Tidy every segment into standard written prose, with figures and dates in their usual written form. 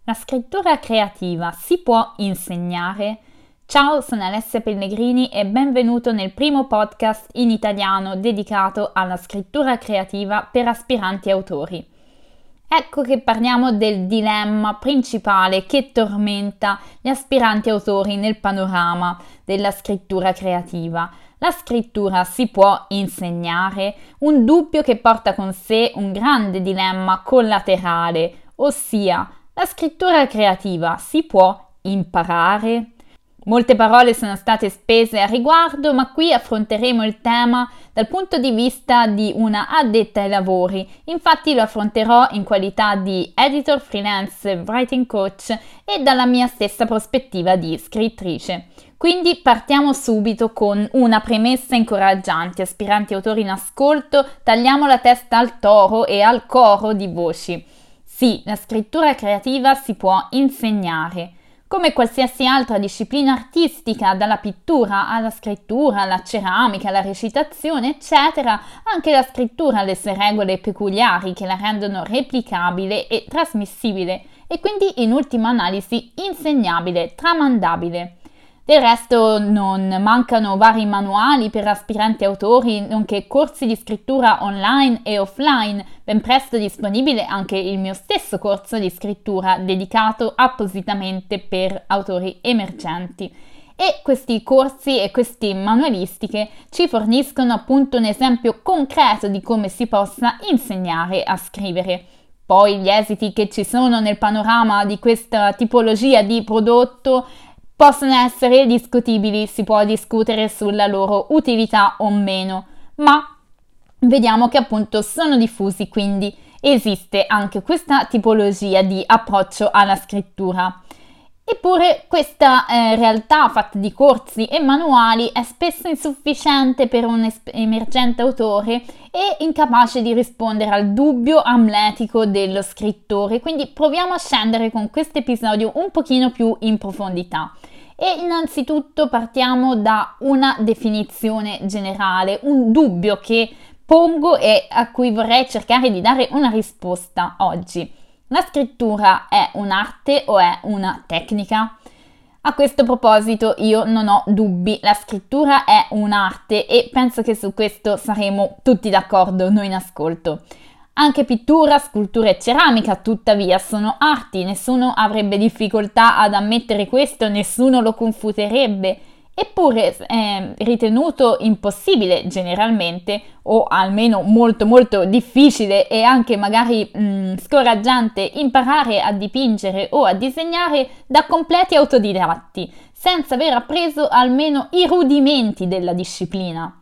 La scrittura creativa si può insegnare? Ciao, sono Alessia Pellegrini e benvenuto nel primo podcast in italiano dedicato alla scrittura creativa per aspiranti autori. Ecco che parliamo del dilemma principale che tormenta gli aspiranti autori nel panorama della scrittura creativa. La scrittura si può insegnare? Un dubbio che porta con sé un grande dilemma collaterale, ossia la scrittura creativa si può imparare? Molte parole sono state spese a riguardo, ma qui affronteremo il tema dal punto di vista di una addetta ai lavori. Infatti lo affronterò in qualità di editor freelance writing coach e dalla mia stessa prospettiva di scrittrice. Quindi partiamo subito con una premessa incoraggiante. Aspiranti autori in ascolto, tagliamo la testa al toro e al coro di voci. Sì, la scrittura creativa si può insegnare. Come qualsiasi altra disciplina artistica, dalla pittura alla scrittura, alla ceramica, alla recitazione, eccetera, anche la scrittura ha le sue regole peculiari che la rendono replicabile e trasmissibile e quindi in ultima analisi insegnabile, tramandabile. Del resto non mancano vari manuali per aspiranti autori, nonché corsi di scrittura online e offline, ben presto disponibile anche il mio stesso corso di scrittura dedicato appositamente per autori emergenti. E questi corsi e queste manualistiche ci forniscono appunto un esempio concreto di come si possa insegnare a scrivere. Poi gli esiti che ci sono nel panorama di questa tipologia di prodotto possono essere discutibili, si può discutere sulla loro utilità o meno, ma vediamo che appunto sono diffusi, quindi esiste anche questa tipologia di approccio alla scrittura. Eppure questa realtà fatta di corsi e manuali è spesso insufficiente per un emergente autore e incapace di rispondere al dubbio amletico dello scrittore, quindi proviamo a scendere con questo episodio un pochino più in profondità. E innanzitutto partiamo da una definizione generale, un dubbio che pongo e a cui vorrei cercare di dare una risposta oggi. La scrittura è un'arte o è una tecnica? A questo proposito io non ho dubbi, la scrittura è un'arte e penso che su questo saremo tutti d'accordo noi in ascolto. Anche pittura, scultura e ceramica, tuttavia, sono arti, nessuno avrebbe difficoltà ad ammettere questo, nessuno lo confuterebbe. Eppure è ritenuto impossibile generalmente, o almeno molto molto difficile e anche magari scoraggiante, imparare a dipingere o a disegnare da completi autodidatti, senza aver appreso almeno i rudimenti della disciplina.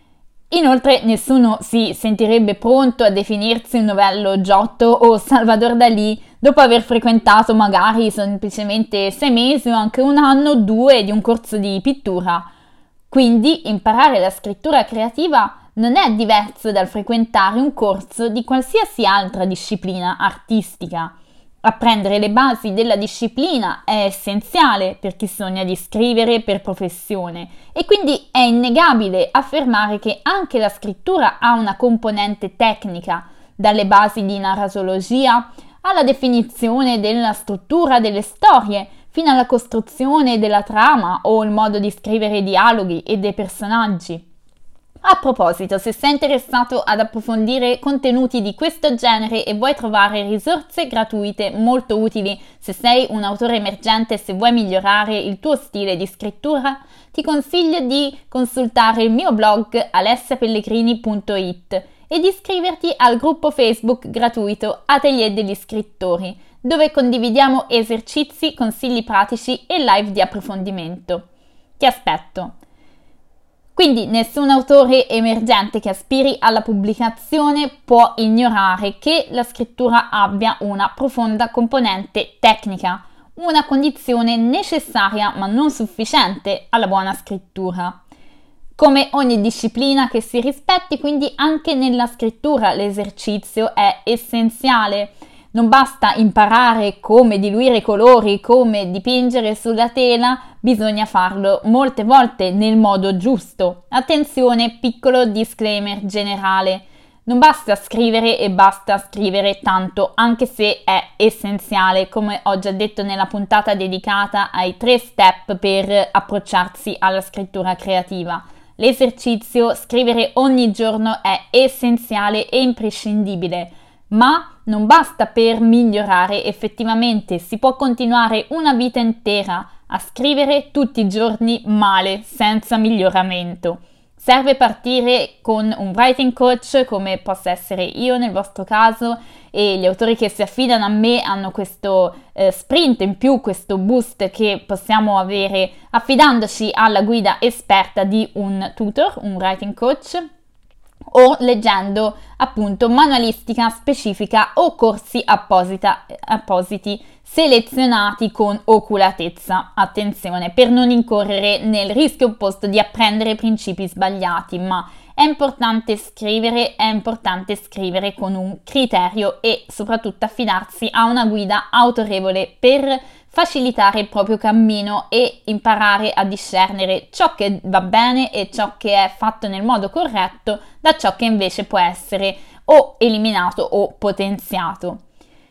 Inoltre nessuno si sentirebbe pronto a definirsi un novello Giotto o Salvador Dalì dopo aver frequentato magari semplicemente 6 mesi o anche un anno o 2 di un corso di pittura. Quindi imparare la scrittura creativa non è diverso dal frequentare un corso di qualsiasi altra disciplina artistica. Apprendere le basi della disciplina è essenziale per chi sogna di scrivere per professione e quindi è innegabile affermare che anche la scrittura ha una componente tecnica, dalle basi di narratologia alla definizione della struttura delle storie, fino alla costruzione della trama o il modo di scrivere i dialoghi e dei personaggi. A proposito, se sei interessato ad approfondire contenuti di questo genere e vuoi trovare risorse gratuite molto utili se sei un autore emergente e se vuoi migliorare il tuo stile di scrittura, ti consiglio di consultare il mio blog alessiapellegrini.it e di iscriverti al gruppo Facebook gratuito Atelier degli Scrittori, dove condividiamo esercizi, consigli pratici e live di approfondimento. Ti aspetto! Quindi nessun autore emergente che aspiri alla pubblicazione può ignorare che la scrittura abbia una profonda componente tecnica, una condizione necessaria ma non sufficiente alla buona scrittura. Come ogni disciplina che si rispetti, quindi anche nella scrittura l'esercizio è essenziale. Non basta imparare come diluire i colori, come dipingere sulla tela, bisogna farlo molte volte nel modo giusto. Attenzione, piccolo disclaimer generale. Non basta scrivere e basta scrivere tanto, anche se è essenziale, come ho già detto nella puntata dedicata ai 3 step per approcciarsi alla scrittura creativa. L'esercizio, scrivere ogni giorno è essenziale e imprescindibile, ma non basta per migliorare effettivamente, si può continuare una vita intera a scrivere tutti i giorni male, senza miglioramento. Serve partire con un writing coach, come possa essere io nel vostro caso, e gli autori che si affidano a me hanno questo sprint in più, questo boost che possiamo avere affidandoci alla guida esperta di un tutor, un writing coach, o leggendo appunto manualistica specifica o corsi appositi selezionati con oculatezza, attenzione, per non incorrere nel rischio opposto di apprendere principi sbagliati, ma è importante scrivere con un criterio e soprattutto affidarsi a una guida autorevole per facilitare il proprio cammino e imparare a discernere ciò che va bene e ciò che è fatto nel modo corretto da ciò che invece può essere o eliminato o potenziato.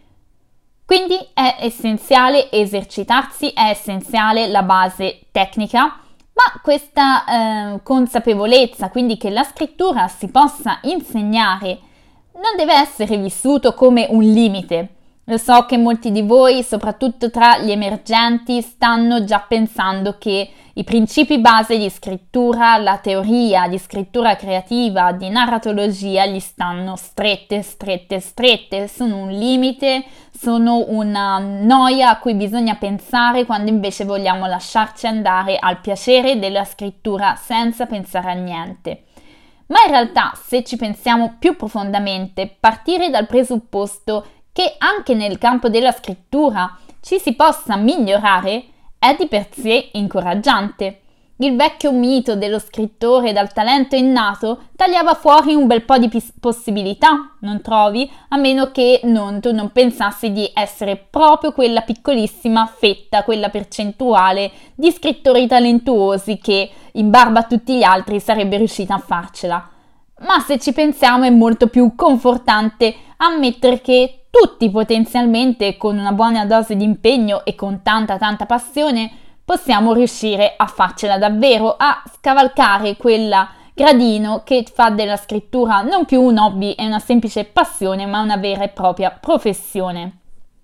Quindi è essenziale esercitarsi, è essenziale la base tecnica, ma questa consapevolezza, quindi che la scrittura si possa insegnare, non deve essere vissuto come un limite. Lo so che molti di voi, soprattutto tra gli emergenti, stanno già pensando che i principi base di scrittura, la teoria di scrittura creativa, di narratologia, gli stanno strette, sono un limite, sono una noia a cui bisogna pensare quando invece vogliamo lasciarci andare al piacere della scrittura senza pensare a niente. Ma in realtà, se ci pensiamo più profondamente, partire dal presupposto che anche nel campo della scrittura ci si possa migliorare è di per sé incoraggiante. Il vecchio mito dello scrittore dal talento innato tagliava fuori un bel po' di possibilità, non trovi? A meno che tu non pensassi di essere proprio quella piccolissima fetta, quella percentuale di scrittori talentuosi che, in barba a tutti gli altri, sarebbe riuscita a farcela. Ma se ci pensiamo è molto più confortante ammettere che tutti potenzialmente con una buona dose di impegno e con tanta passione possiamo riuscire a farcela davvero, a scavalcare quel gradino che fa della scrittura non più un hobby e una semplice passione, ma una vera e propria professione.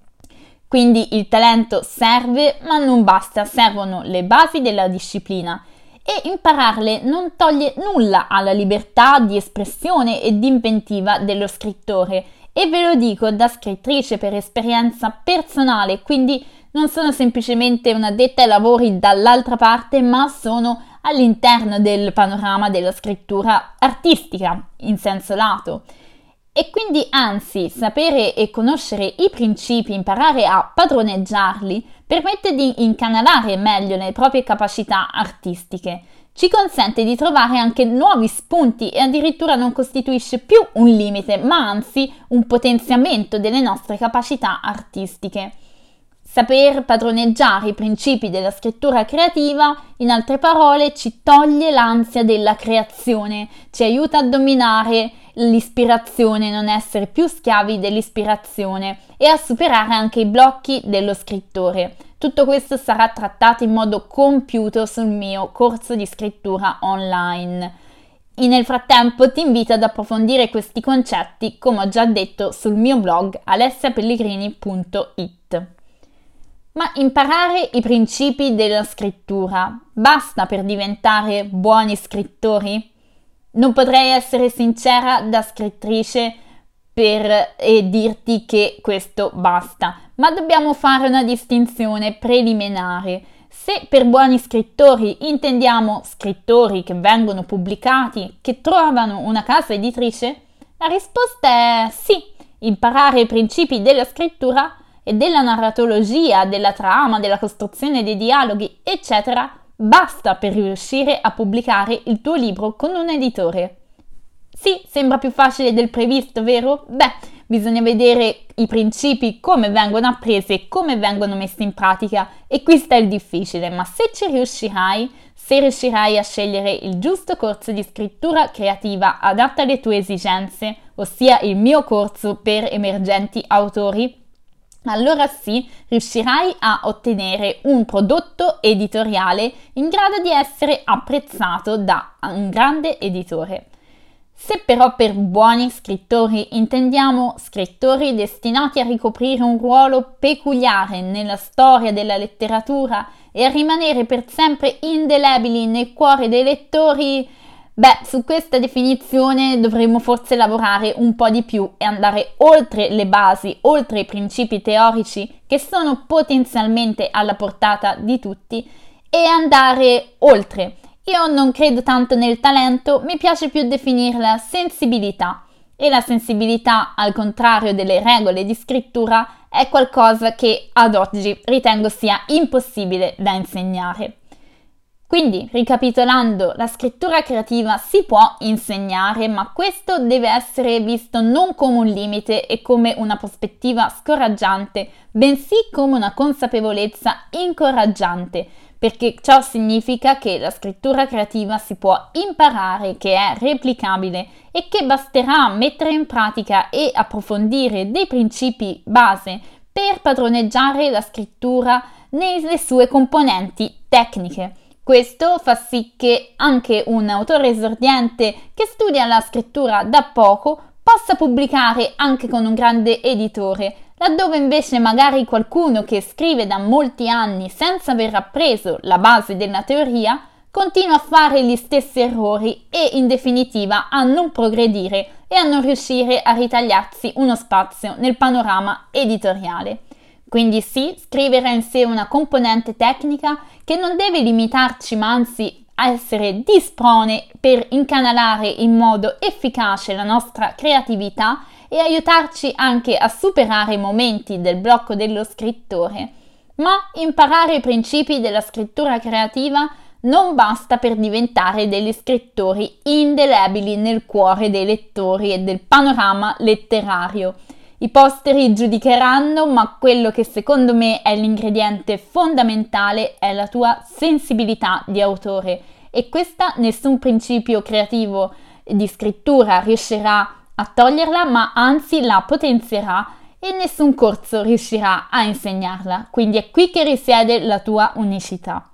Quindi il talento serve, ma non basta, servono le basi della disciplina. E impararle non toglie nulla alla libertà di espressione e di inventiva dello scrittore, e ve lo dico da scrittrice per esperienza personale, quindi non sono semplicemente un'addetta ai lavori dall'altra parte, ma sono all'interno del panorama della scrittura artistica in senso lato. E quindi anzi, sapere e conoscere i principi, imparare a padroneggiarli, permette di incanalare meglio le proprie capacità artistiche. Ci consente di trovare anche nuovi spunti e addirittura non costituisce più un limite, ma anzi un potenziamento delle nostre capacità artistiche. Saper padroneggiare i principi della scrittura creativa, in altre parole, ci toglie l'ansia della creazione, ci aiuta a dominare l'ispirazione, non essere più schiavi dell'ispirazione e a superare anche i blocchi dello scrittore. Tutto questo sarà trattato in modo compiuto sul mio corso di scrittura online. E nel frattempo ti invito ad approfondire questi concetti, come ho già detto, sul mio blog alessiapellegrini.it. Ma imparare i principi della scrittura basta per diventare buoni scrittori? Non potrei essere sincera da scrittrice e dirti che questo basta, ma dobbiamo fare una distinzione preliminare. Se per buoni scrittori intendiamo scrittori che vengono pubblicati, che trovano una casa editrice, la risposta è sì. Imparare i principi della scrittura e della narratologia, della trama, della costruzione dei dialoghi, eccetera, basta per riuscire a pubblicare il tuo libro con un editore. Sì, sembra più facile del previsto, vero? Bisogna vedere i principi, come vengono appresi e come vengono messi in pratica, e qui sta il difficile, ma se riuscirai a scegliere il giusto corso di scrittura creativa adatto alle tue esigenze, ossia il mio corso per emergenti autori, allora sì, riuscirai a ottenere un prodotto editoriale in grado di essere apprezzato da un grande editore. Se però per buoni scrittori intendiamo scrittori destinati a ricoprire un ruolo peculiare nella storia della letteratura e a rimanere per sempre indelebili nel cuore dei lettori, su questa definizione dovremmo forse lavorare un po' di più e andare oltre le basi, oltre i principi teorici che sono potenzialmente alla portata di tutti e andare oltre. Io non credo tanto nel talento, mi piace più definirla sensibilità e la sensibilità, al contrario delle regole di scrittura, è qualcosa che ad oggi ritengo sia impossibile da insegnare. Quindi, ricapitolando, la scrittura creativa si può insegnare, ma questo deve essere visto non come un limite e come una prospettiva scoraggiante, bensì come una consapevolezza incoraggiante, perché ciò significa che la scrittura creativa si può imparare, che è replicabile e che basterà mettere in pratica e approfondire dei principi base per padroneggiare la scrittura nelle sue componenti tecniche. Questo fa sì che anche un autore esordiente che studia la scrittura da poco possa pubblicare anche con un grande editore, laddove invece magari qualcuno che scrive da molti anni senza aver appreso la base della teoria continua a fare gli stessi errori e in definitiva a non progredire e a non riuscire a ritagliarsi uno spazio nel panorama editoriale. Quindi sì, scrivere ha in sé una componente tecnica che non deve limitarci, ma anzi a essere di sprone per incanalare in modo efficace la nostra creatività e aiutarci anche a superare i momenti del blocco dello scrittore. Ma imparare i principi della scrittura creativa non basta per diventare degli scrittori indelebili nel cuore dei lettori e del panorama letterario. I posteri giudicheranno, ma quello che secondo me è l'ingrediente fondamentale è la tua sensibilità di autore e questa nessun principio creativo di scrittura riuscirà a toglierla, ma anzi la potenzierà e nessun corso riuscirà a insegnarla. Quindi è qui che risiede la tua unicità.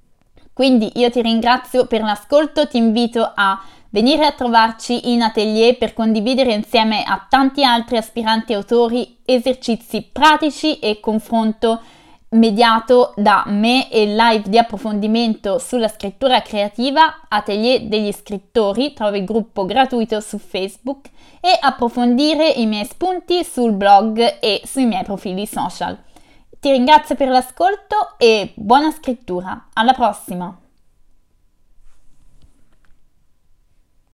Quindi io ti ringrazio per l'ascolto, ti invito a venire a trovarci in atelier per condividere insieme a tanti altri aspiranti autori esercizi pratici e confronto mediato da me e live di approfondimento sulla scrittura creativa. Atelier degli scrittori, trovi il gruppo gratuito su Facebook e approfondire i miei spunti sul blog e sui miei profili social. Ti ringrazio per l'ascolto e buona scrittura, alla prossima!